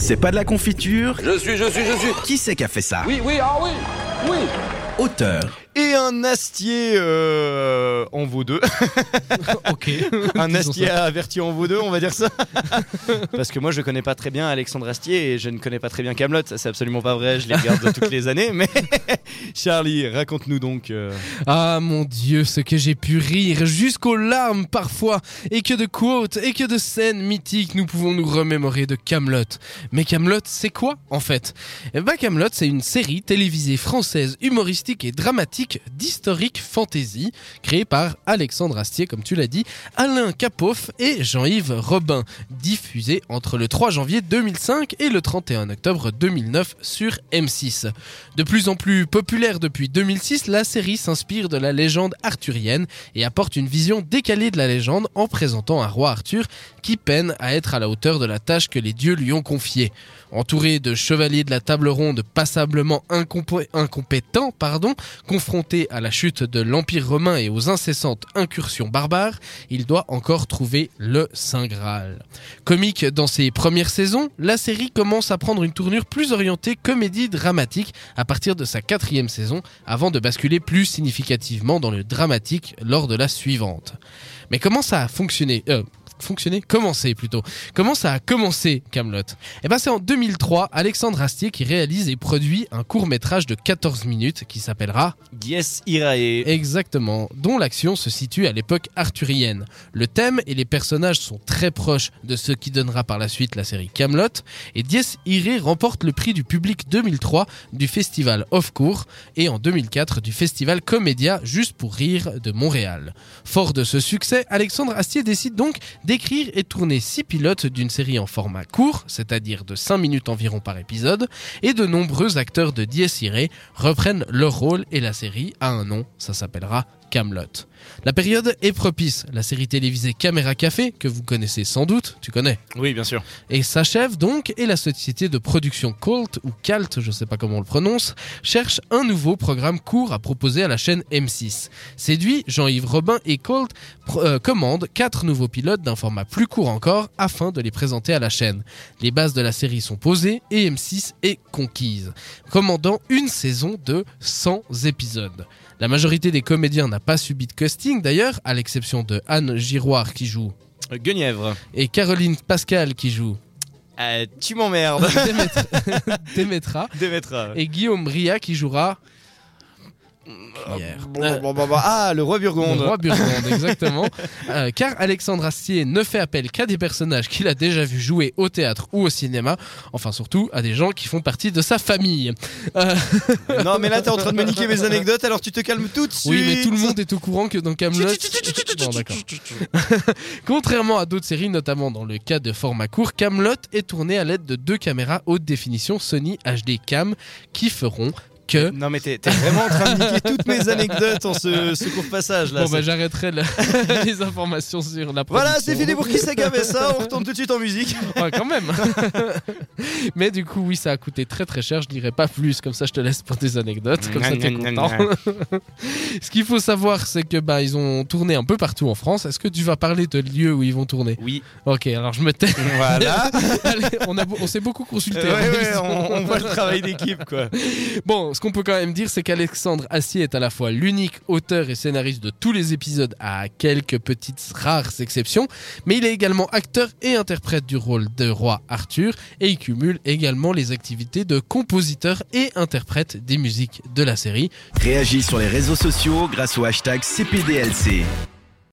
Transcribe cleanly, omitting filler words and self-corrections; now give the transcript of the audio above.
C'est pas de la confiture. Je suis. Qui c'est qui a fait ça? Oui. Auteur. Et un astier en vaut deux. Ok. Un astier averti en vaut deux, on va dire ça. Parce que moi je connais pas très bien Alexandre Astier et je ne connais pas très bien Kaamelott. Ça c'est absolument pas vrai, je les regarde toutes les années. Mais Charlie, raconte-nous donc. Ah mon Dieu, ce que j'ai pu rire jusqu'aux larmes parfois, et que de quotes et que de scènes mythiques nous pouvons nous remémorer de Kaamelott. Mais Kaamelott, c'est quoi en fait? Kaamelott, c'est une série télévisée française humoristique et dramatique d'historique fantasy, créée par Alexandre Astier, comme tu l'as dit, Alain Capoff et Jean-Yves Robin, diffusée entre le 3 janvier 2005 et le 31 octobre 2009 sur M6. De plus en plus populaire depuis 2006, la série s'inspire de la légende arthurienne et apporte une vision décalée de la légende en présentant un roi Arthur qui peine à être à la hauteur de la tâche que les dieux lui ont confiée. Entouré de chevaliers de la table ronde passablement incompétents, confronté à la chute de l'Empire romain et aux incessantes incursions barbares, il doit encore trouver le Saint Graal. Comique dans ses premières saisons, la série commence à prendre une tournure plus orientée comédie dramatique à partir de sa 4e saison, avant de basculer plus significativement dans le dramatique lors de la suivante. Mais comment ça a fonctionné Comment ça a commencé Kaamelott? C'est en 2003, Alexandre Astier qui réalise et produit un court-métrage de 14 minutes qui s'appellera Dies Irae. Exactement, dont l'action se situe à l'époque arthurienne. Le thème et les personnages sont très proches de ce qui donnera par la suite la série Kaamelott, et Dies Irae remporte le prix du public 2003 du festival Off-Court et en 2004 du festival Comédia Juste pour rire de Montréal. Fort de ce succès, Alexandre Astier décide donc d'écrire et tourner 6 pilotes d'une série en format court, c'est-à-dire de 5 minutes environ par épisode, et de nombreux acteurs de Dies Irae reprennent leur rôle et la série a un nom, ça s'appellera Kaamelott. La période est propice, la série télévisée Caméra Café, que vous connaissez sans doute, tu connais, Oui, bien sûr. et s'achève donc, et la société de production Colt, ou Calt, je sais pas comment on le prononce, cherche un nouveau programme court à proposer à la chaîne M6. Séduit, Jean-Yves Robin et Colt commandent 4 nouveaux pilotes d'un format plus court encore, afin de les présenter à la chaîne. Les bases de la série sont posées, et M6 est conquise, commandant une saison de 100 épisodes. La majorité des comédiens n'a pas subi de casting d'ailleurs, à l'exception de Anne Giroir qui joue Guenièvre. et Caroline Pascal qui joue Tu m'emmerdes. Démétra Démettra. et Guillaume Bria qui jouera Pierre. Ah, le roi Burgonde. Le roi Burgonde, exactement. Car Alexandre Astier ne fait appel qu'à des personnages qu'il a déjà vu jouer au théâtre ou au cinéma, enfin surtout à des gens qui font partie de sa famille. Non, mais là t'es en train de me niquer mes anecdotes, alors tu te calmes tout de suite. Oui, mais tout le monde est au courant que dans Kaamelott... Bon, d'accord. Contrairement à d'autres séries, notamment dans le cas de format court, Kaamelott est tourné à l'aide de 2 caméras haute définition Sony HD Cam qui feront que... Non mais t'es vraiment en train de niquer toutes mes anecdotes en ce court passage là. Bon j'arrêterai les informations sur la production. Voilà, c'est fini pour qui c'est qui avait ça, on retourne tout de suite en musique. Ouais, quand même. Mais du coup oui, ça a coûté très très cher, je dirais pas plus, comme ça je te laisse pour des anecdotes, comme ça t'es content. Ce qu'il faut savoir, c'est que ils ont tourné un peu partout en France. Est-ce que tu vas parler de lieux où ils vont tourner? Oui. Ok, alors je me tais. Voilà. Allez, on s'est beaucoup consulté. On voit le travail d'équipe quoi. Bon, ce qu'on peut quand même dire, c'est qu'Alexandre Astier est à la fois l'unique auteur et scénariste de tous les épisodes, à quelques petites rares exceptions, mais il est également acteur et interprète du rôle de roi Arthur, et il cumule également les activités de compositeur et interprète des musiques de la série. Réagis sur les réseaux sociaux grâce au hashtag CPDLC.